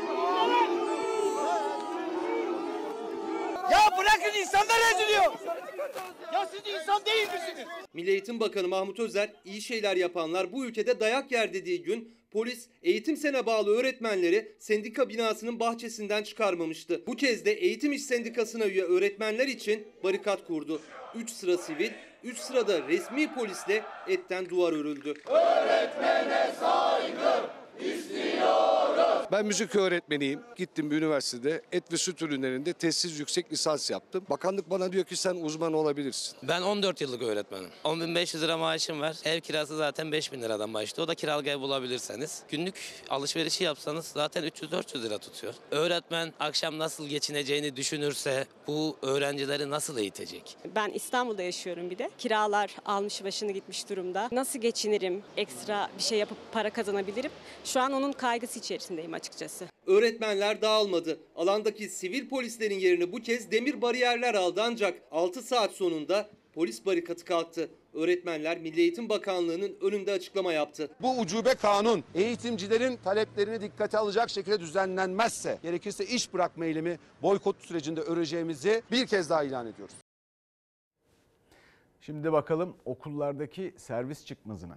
Ya bırakın insanlar eziliyor. Ya siz insan değil misiniz? Milli Eğitim Bakanı Mahmut Özer, iyi şeyler yapanlar bu ülkede dayak yer dediği gün polis Eğitim Sen'e bağlı öğretmenleri sendika binasının bahçesinden çıkarmamıştı. Bu kez de Eğitim İş Sendikası'na üye öğretmenler için barikat kurdu. 3 sıra sivil, 3 sırada resmi polisle etten duvar örüldü. Öğretmene saygı istiyoruz. Ben müzik öğretmeniyim. Gittim bir üniversitede et ve süt ürünlerinde testsiz yüksek lisans yaptım. Bakanlık bana diyor ki sen uzman olabilirsin. Ben 14 yıllık öğretmenim. 10.500 lira maaşım var. Ev kirası zaten 5.000 liradan başlıyor. O da kiralık ev bulabilirseniz. Günlük alışverişi yapsanız zaten 300-400 lira tutuyor. Öğretmen akşam nasıl geçineceğini düşünürse bu öğrencileri nasıl eğitecek? Ben İstanbul'da yaşıyorum bir de. Kiralar almış başını gitmiş durumda. Nasıl geçinirim, ekstra bir şey yapıp para kazanabilirim? Şu an onun kaygısı içerisindeyim açıkçası. Öğretmenler dağılmadı. Alandaki sivil polislerin yerini bu kez demir bariyerler aldı ancak 6 saat sonunda polis barikatı kalktı. Öğretmenler Milli Eğitim Bakanlığı'nın önünde açıklama yaptı. Bu ucube kanun eğitimcilerin taleplerini dikkate alacak şekilde düzenlenmezse gerekirse iş bırakma eylemi boykot sürecinde öreceğimizi bir kez daha ilan ediyoruz. Şimdi bakalım okullardaki servis çıkmazına.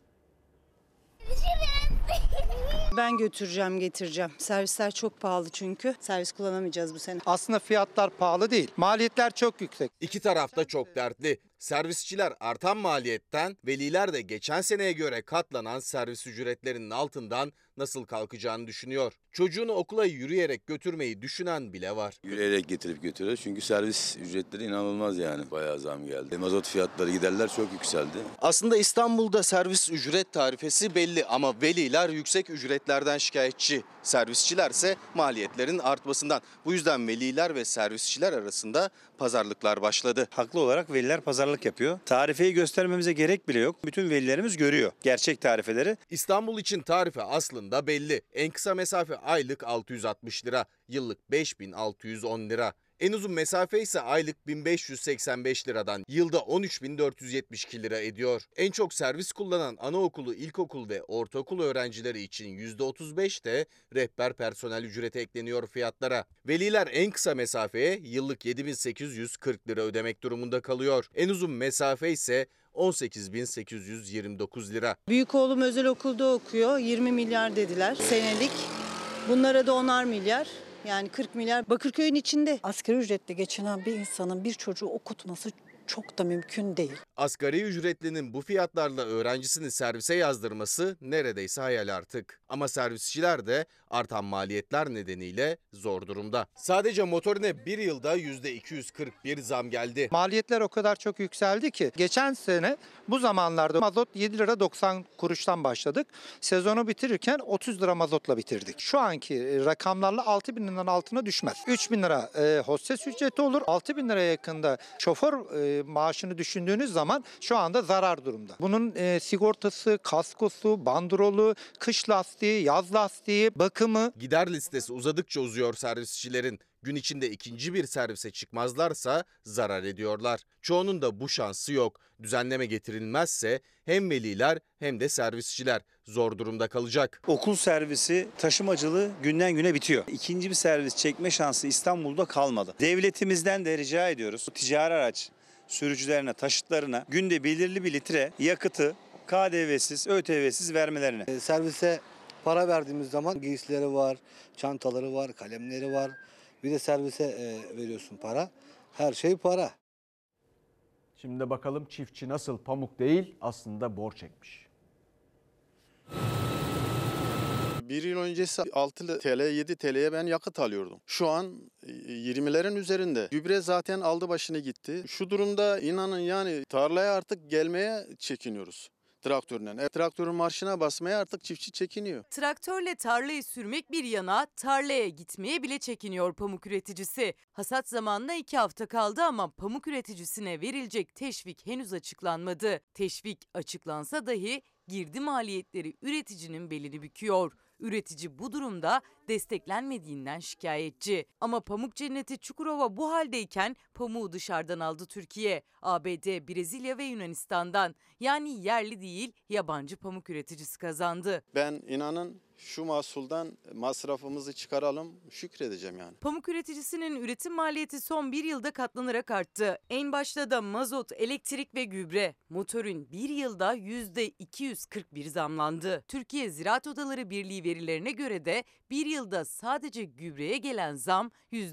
Ben götüreceğim, getireceğim. Servisler çok pahalı çünkü. Servis kullanamayacağız bu sene. Aslında fiyatlar pahalı değil. Maliyetler çok yüksek. İki taraf da çok dertli. Servisçiler artan maliyetten, veliler de geçen seneye göre katlanan servis ücretlerinin altından nasıl kalkacağını düşünüyor. Çocuğunu okula yürüyerek götürmeyi düşünen bile var. Yürüyerek getirip götürüyoruz çünkü servis ücretleri inanılmaz yani. Bayağı zam geldi. Mazot fiyatları, giderler çok yükseldi. Aslında İstanbul'da servis ücret tarifesi belli ama veliler yüksek ücretlerden şikayetçi. Servisçilerse maliyetlerin artmasından. Bu yüzden veliler ve servisçiler arasında pazarlıklar başladı. Haklı olarak veliler pazarlık yapıyor. Tarifeyi göstermemize gerek bile yok. Bütün velilerimiz görüyor gerçek tarifeleri. İstanbul için tarife aslında belli. En kısa mesafe aylık 660 lira, yıllık 5610 lira. En uzun mesafe ise aylık 1585 liradan yılda 13.472 lira ediyor. En çok servis kullanan anaokulu, ilkokul ve ortaokul öğrencileri için %35 de rehber personel ücreti ekleniyor fiyatlara. Veliler en kısa mesafeye yıllık 7.840 lira ödemek durumunda kalıyor. En uzun mesafe ise 18.829 lira. Büyük oğlum özel okulda okuyor. 20 milyar dediler senelik. Bunlara da 10'ar milyar. Yani 40 milyar Bakırköy'ün içinde. Asgari ücretle geçinen bir insanın bir çocuğu okutması çok da mümkün değil. Asgari ücretlinin bu fiyatlarla öğrencisini servise yazdırması neredeyse hayal artık. Ama servisçiler de artan maliyetler nedeniyle zor durumda. Sadece motorine bir yılda %241 zam geldi. Maliyetler o kadar çok yükseldi ki geçen sene bu zamanlarda mazot 7 lira 90 kuruştan başladık. Sezonu bitirirken 30 lira mazotla bitirdik. Şu anki rakamlarla 6 bin liranın altına düşmez. 3 bin lira hostes ücreti olur. 6 bin liraya yakında şoför maaşını düşündüğünüz zaman şu anda zarar durumda. Bunun sigortası, kaskosu, bandrolu, kış lastiği, yaz lastiği, bakımı. Gider listesi uzadıkça uzuyor servisçilerin. Gün içinde ikinci bir servise çıkmazlarsa zarar ediyorlar. Çoğunun da bu şansı yok. Düzenleme getirilmezse hem veliler hem de servisçiler zor durumda kalacak. Okul servisi, taşımacılığı günden güne bitiyor. İkinci bir servis çekme şansı İstanbul'da kalmadı. Devletimizden de rica ediyoruz. Ticari araç sürücülerine, taşıtlarına günde belirli bir litre yakıtı KDV'siz, ÖTV'siz vermelerini. Servise para verdiğimiz zaman giysileri var, çantaları var, kalemleri var. Bir de servise veriyorsun para. Her şey para. Şimdi de bakalım çiftçi nasıl pamuk değil aslında borç çekmiş. Bir yıl öncesi 6 TL, 7 TL'ye ben yakıt alıyordum. Şu an 20'lerin üzerinde. Gübre zaten aldı başını gitti. Şu durumda inanın yani tarlaya artık gelmeye çekiniyoruz. Traktörle. Traktörün marşına basmaya artık çiftçi çekiniyor. Traktörle tarlayı sürmek bir yana tarlaya gitmeye bile çekiniyor pamuk üreticisi. Hasat zamanına 2 hafta kaldı ama pamuk üreticisine verilecek teşvik henüz açıklanmadı. Teşvik açıklansa dahi girdi maliyetleri üreticinin belini büküyor. Üretici bu durumda desteklenmediğinden şikayetçi. Ama pamuk cenneti Çukurova bu haldeyken pamuğu dışarıdan aldı Türkiye. ABD, Brezilya ve Yunanistan'dan. Yani yerli değil yabancı pamuk üreticisi kazandı. Ben inanın şu mahsuldan masrafımızı çıkaralım, şükredeceğim yani. Pamuk üreticisinin üretim maliyeti son bir yılda katlanarak arttı. En başta da mazot, elektrik ve gübre. Motorun bir yılda %241 zamlandı. Türkiye Ziraat Odaları Birliği verilerine göre de bir yılda sadece gübreye gelen zam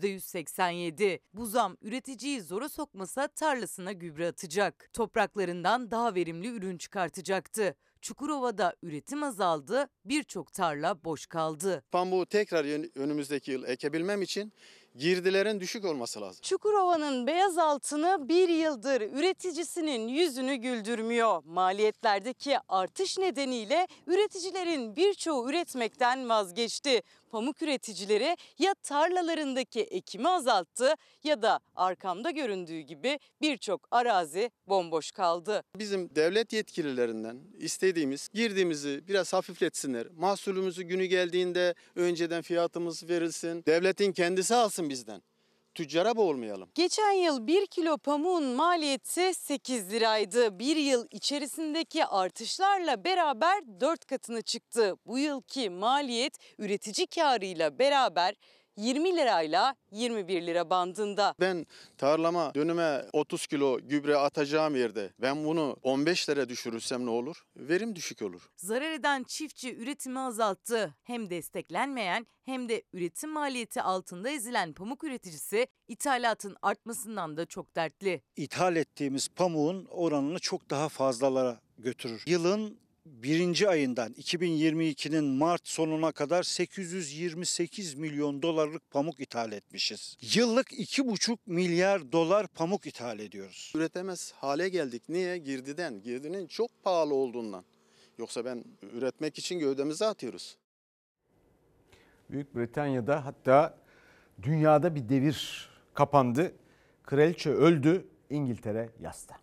%187. Bu zam üreticiyi zora sokmasa tarlasına gübre atacak. Topraklarından daha verimli ürün çıkartacaktı. Çukurova'da üretim azaldı, birçok tarla boş kaldı. Pamuğu tekrar önümüzdeki yıl ekebilmem için girdilerin düşük olması lazım. Çukurova'nın beyaz altını bir yıldır üreticisinin yüzünü güldürmüyor. Maliyetlerdeki artış nedeniyle üreticilerin birçoğu üretmekten vazgeçti. Pamuk üreticileri ya tarlalarındaki ekimi azalttı ya da arkamda göründüğü gibi birçok arazi bomboş kaldı. Bizim devlet yetkililerinden istediğimiz girdiğimizi biraz hafifletsinler. Mahsulümüzü günü geldiğinde önceden fiyatımız verilsin. Devletin kendisi alsın bizden. Tüccara boğulmayalım. Geçen yıl 1 kilo pamuğun maliyeti 8 liraydı. Bir yıl içerisindeki artışlarla beraber 4 katına çıktı. Bu yılki maliyet üretici karıyla beraber 20 lirayla 21 lira bandında. Ben tarlama dönüme 30 kilo gübre atacağım yerde ben bunu 15 lira düşürürsem ne olur? Verim düşük olur. Zarar eden çiftçi üretimi azalttı. Hem desteklenmeyen hem de üretim maliyeti altında ezilen pamuk üreticisi ithalatın artmasından da çok dertli. İthal ettiğimiz pamuğun oranını çok daha fazlalara götürür. Yılın birinci ayından 2022'nin Mart sonuna kadar 828 milyon dolarlık pamuk ithal etmişiz. Yıllık 2,5 milyar dolar pamuk ithal ediyoruz. Üretemez hale geldik. Niye? Girdinin çok pahalı olduğundan. Yoksa üretmek için gövdemizi atıyoruz. Büyük Britanya'da hatta dünyada bir devir kapandı. Kraliçe öldü, İngiltere yasta.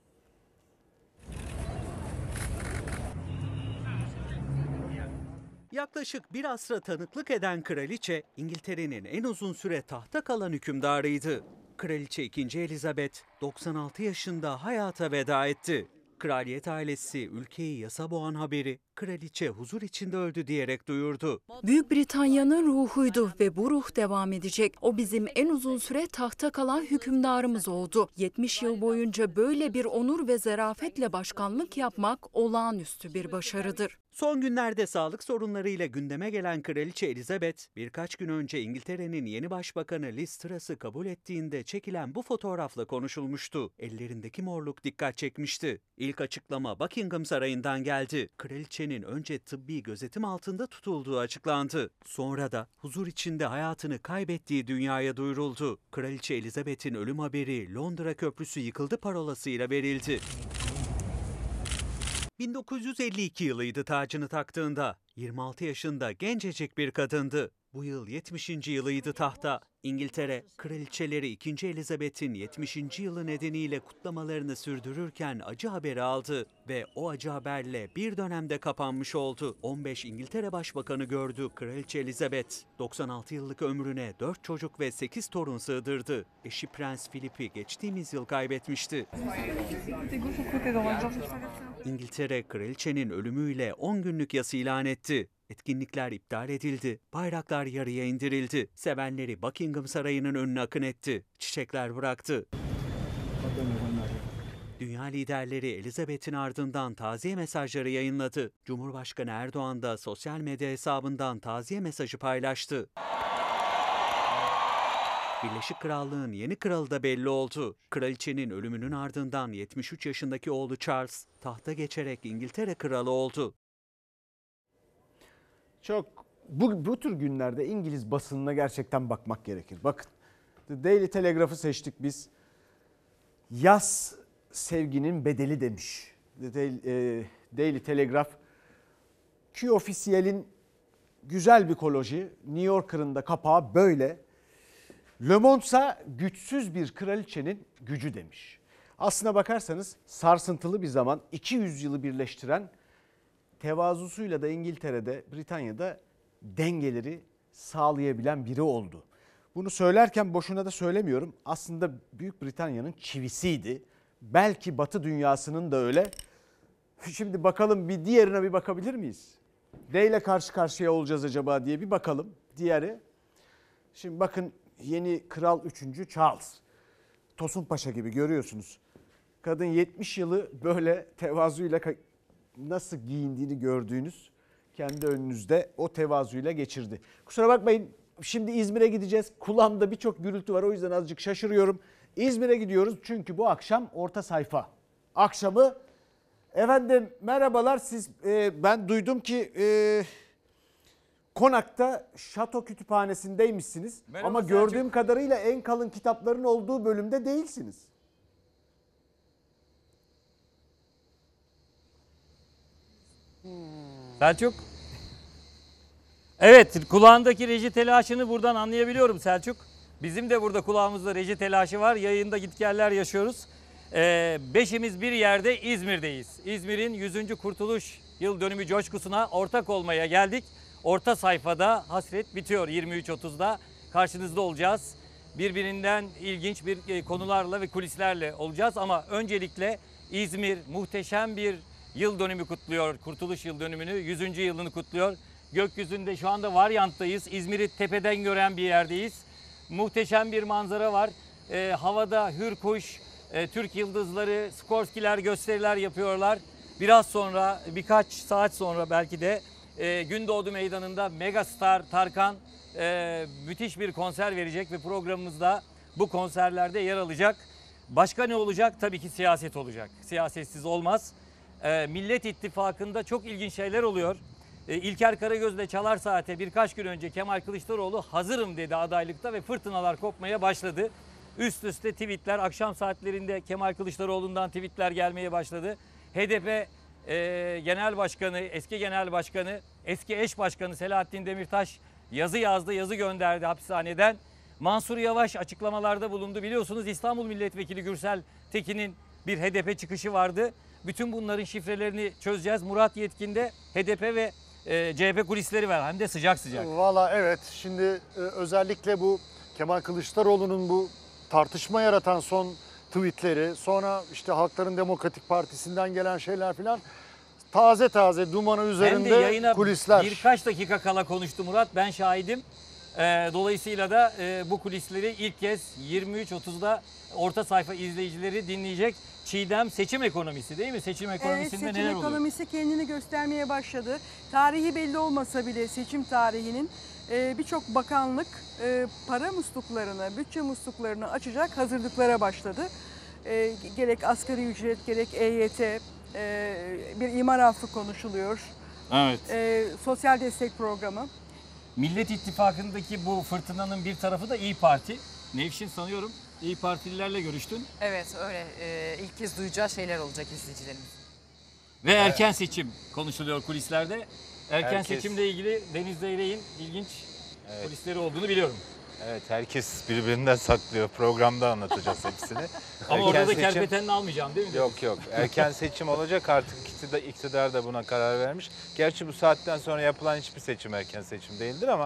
Yaklaşık bir asra tanıklık eden kraliçe, İngiltere'nin en uzun süre tahta kalan hükümdarıydı. Kraliçe 2. Elizabeth 96 yaşında hayata veda etti. Kraliyet ailesi ülkeyi yasa boğan haberi kraliçe huzur içinde öldü diyerek duyurdu. Büyük Britanya'nın ruhuydu ve bu ruh devam edecek. O bizim en uzun süre tahta kalan hükümdarımız oldu. 70 yıl boyunca böyle bir onur ve zarafetle başkanlık yapmak olağanüstü bir başarıdır. Son günlerde sağlık sorunlarıyla gündeme gelen Kraliçe Elizabeth, birkaç gün önce İngiltere'nin yeni başbakanı Liz Truss'ı kabul ettiğinde çekilen bu fotoğrafla konuşulmuştu. Ellerindeki morluk dikkat çekmişti. İlk açıklama Buckingham Sarayı'ndan geldi. Kraliçenin önce tıbbi gözetim altında tutulduğu açıklandı. Sonra da huzur içinde hayatını kaybettiği dünyaya duyuruldu. Kraliçe Elizabeth'in ölüm haberi Londra Köprüsü yıkıldı parolasıyla verildi. 1952 yılıydı tacını taktığında. 26 yaşında gencecik bir kadındı. Bu yıl 70. yılıydı tahta. İngiltere, kraliçeleri 2. Elizabeth'in 70. yılı nedeniyle kutlamalarını sürdürürken acı haberi aldı ve o acı haberle bir dönemde kapanmış oldu. 15 İngiltere Başbakanı gördü Kraliçe Elizabeth. 96 yıllık ömrüne 4 çocuk ve 8 torun sığdırdı. Eşi Prens Philip'i geçtiğimiz yıl kaybetmişti. İngiltere, kraliçenin ölümüyle 10 günlük yas ilan etti. Etkinlikler iptal edildi, bayraklar yarıya indirildi. Sevenleri Buckingham Sarayı'nın önüne akın etti, çiçekler bıraktı. Dünya liderleri Elizabeth'in ardından taziye mesajları yayınladı. Cumhurbaşkanı Erdoğan da sosyal medya hesabından taziye mesajı paylaştı. Birleşik Krallığın yeni kralı da belli oldu. Kraliçenin ölümünün ardından 73 yaşındaki oğlu Charles tahta geçerek İngiltere kralı oldu. Bu tür günlerde İngiliz basınına gerçekten bakmak gerekir. Bakın, The Daily Telegraph'ı seçtik biz. Yas sevginin bedeli demiş. The Daily Telegraph. Q-Official'in güzel bir koloji. New Yorker'ın da kapağı böyle. Le Monde'sa güçsüz bir kraliçenin gücü demiş. Aslına bakarsanız sarsıntılı bir zaman, 200 yılı birleştiren, tevazusuyla da İngiltere'de, Britanya'da dengeleri sağlayabilen biri oldu. Bunu söylerken boşuna da söylemiyorum. Aslında Büyük Britanya'nın çivisiydi. Belki Batı dünyasının da öyle. Şimdi bakalım, bir diğerine bir bakabilir miyiz? Neyle karşı karşıya olacağız acaba diye bir bakalım. Diğeri. Şimdi bakın, yeni kral 3. Charles. Tosun Paşa gibi görüyorsunuz. Kadın 70 yılı böyle tevazuyla nasıl giyindiğini gördüğünüz, kendi önünüzde o tevazuyla geçirdi. Kusura bakmayın, şimdi İzmir'e gideceğiz. Kulağımda birçok gürültü var, o yüzden azıcık şaşırıyorum. İzmir'e gidiyoruz çünkü bu akşam orta sayfa akşamı. Efendim merhabalar, ben duydum ki Konak'ta Şato Kütüphanesi'ndeymişsiniz. Merhaba ama Selçuk. gördüğüm kadarıyla en kalın kitapların olduğu bölümde değilsiniz. Selçuk. Evet, kulağındaki reji telaşını buradan anlayabiliyorum Selçuk. Bizim de burada kulağımızda reji telaşı var. Yayında gitgeller yaşıyoruz. Beşimiz bir yerde İzmir'deyiz. İzmir'in 100. Kurtuluş Yıl Dönümü coşkusuna ortak olmaya geldik. Orta sayfada hasret bitiyor 23.30'da. Karşınızda olacağız. Birbirinden ilginç bir konularla ve kulislerle olacağız. Ama öncelikle İzmir muhteşem bir yıl dönümü kutluyor. Kurtuluş Yıl Dönümünü, 100. yılını kutluyor. Gökyüzünde şu anda Varyant'tayız. İzmir'i tepeden gören bir yerdeyiz. Muhteşem bir manzara var. Havada hürkuş, Türk yıldızları, Skorsky'ler gösteriler yapıyorlar. Biraz sonra, birkaç saat sonra belki de Gündoğdu Meydanı'nda megastar Tarkan müthiş bir konser verecek ve programımızda bu konserlerde yer alacak. Başka ne olacak? Tabii ki siyaset olacak. Siyasetsiz olmaz. Millet İttifakı'nda çok ilginç şeyler oluyor. İlker Karagöz'le Çalar Saat'e birkaç gün önce Kemal Kılıçdaroğlu hazırım dedi adaylıkta ve fırtınalar kopmaya başladı. Üst üste tweetler, akşam saatlerinde Kemal Kılıçdaroğlu'ndan tweetler gelmeye başladı. HDP Genel Başkanı, eski Genel Başkanı, eski eş başkanı Selahattin Demirtaş yazı yazdı, yazı gönderdi hapishaneden. Mansur Yavaş açıklamalarda bulundu. Biliyorsunuz İstanbul Milletvekili Gürsel Tekin'in bir HDP çıkışı vardı. Bütün bunların şifrelerini çözeceğiz. Murat Yetkin'de HDP ve CHP kulisleri var. Hem de sıcak sıcak. Valla evet. Şimdi özellikle bu Kemal Kılıçdaroğlu'nun bu tartışma yaratan son tweetleri, sonra işte Halkların Demokratik Partisi'nden gelen şeyler filan taze taze dumanı üzerinde Hem de yayına kulisler. Birkaç dakika kala konuştu Murat. Ben şahidim. Dolayısıyla da bu kulisleri ilk kez 23.30'da orta sayfa izleyicileri dinleyecek. Çiğdem, seçim ekonomisi değil mi? Seçim ekonomisinde neler oluyor? Seçim ekonomisi kendini göstermeye başladı. Tarihi belli olmasa bile seçim tarihinin birçok bakanlık para musluklarını, bütçe musluklarını açacak hazırlıklara başladı. Gerek asgari ücret, gerek EYT, bir imar affı konuşuluyor. Evet. Sosyal destek programı. Millet İttifakı'ndaki bu fırtınanın bir tarafı da İYİ Parti. Nevşin sanıyorum İYİ Partililerle görüştün. Evet öyle. İlk kez duyacağı şeyler olacak izleyicilerimiz. Ve erken seçim konuşuluyor kulislerde. Erken Herkes... seçimle ilgili Deniz Zeyrek'in ilginç kulisleri olduğunu biliyorum. Evet, herkes birbirinden saklıyor. Programda anlatacağız hepsini. Ama orada da kerpetenini almayacağım değil mi? Yok. Erken seçim olacak, artık iktidar da buna karar vermiş. Gerçi bu saatten sonra yapılan hiçbir seçim erken seçim değildir ama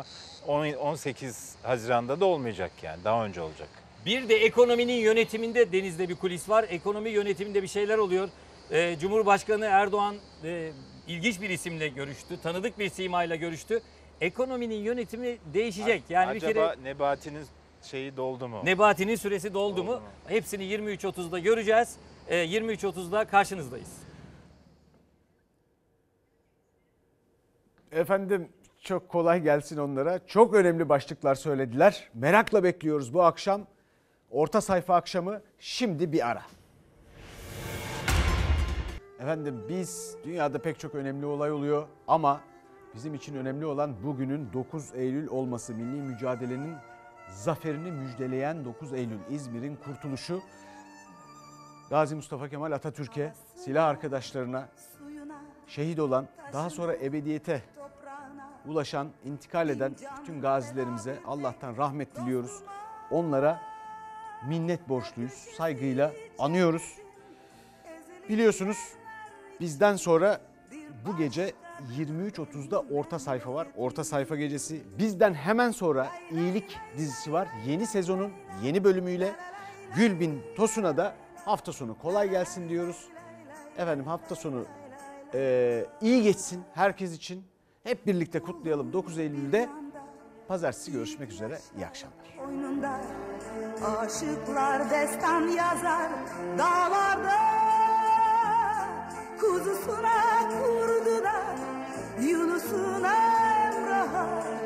18 Haziran'da da olmayacak yani. Daha önce olacak. Bir de ekonominin yönetiminde Deniz'de bir kulis var. Ekonomi yönetiminde bir şeyler oluyor. Cumhurbaşkanı Erdoğan ilginç bir isimle görüştü. Tanıdık bir simayla görüştü. Ekonominin yönetimi değişecek. Yani acaba bir kere Nebati'nin şeyi doldu mu? Nebati'nin süresi doldu mu? Hepsini 23.30'da göreceğiz. 23.30'da karşınızdayız. Efendim çok kolay gelsin onlara. Çok önemli başlıklar söylediler. Merakla bekliyoruz bu akşam. Orta sayfa akşamı, şimdi bir ara. Efendim biz dünyada pek çok önemli olay oluyor ama bizim için önemli olan bugünün 9 Eylül olması, milli mücadelenin zaferini müjdeleyen 9 Eylül, İzmir'in kurtuluşu. Gazi Mustafa Kemal Atatürk'e, silah arkadaşlarına, şehit olan, daha sonra ebediyete ulaşan, intikal eden bütün gazilerimize Allah'tan rahmet diliyoruz. Onlara minnet borçluyuz, saygıyla anıyoruz. Biliyorsunuz bizden sonra bu gece 23.30'da Orta Sayfa var. Orta Sayfa gecesi. Bizden hemen sonra İyilik dizisi var. Yeni sezonun yeni bölümüyle Gülbin Tosun'a da hafta sonu kolay gelsin diyoruz. Efendim hafta sonu iyi geçsin herkes için. Hep birlikte kutlayalım 9 Eylül'de. Pazartesi görüşmek üzere. İyi akşamlar. Oyununda aşıklar destan yazar dağlarda, kuzusuna kurdular Yunus'una Emrah'a.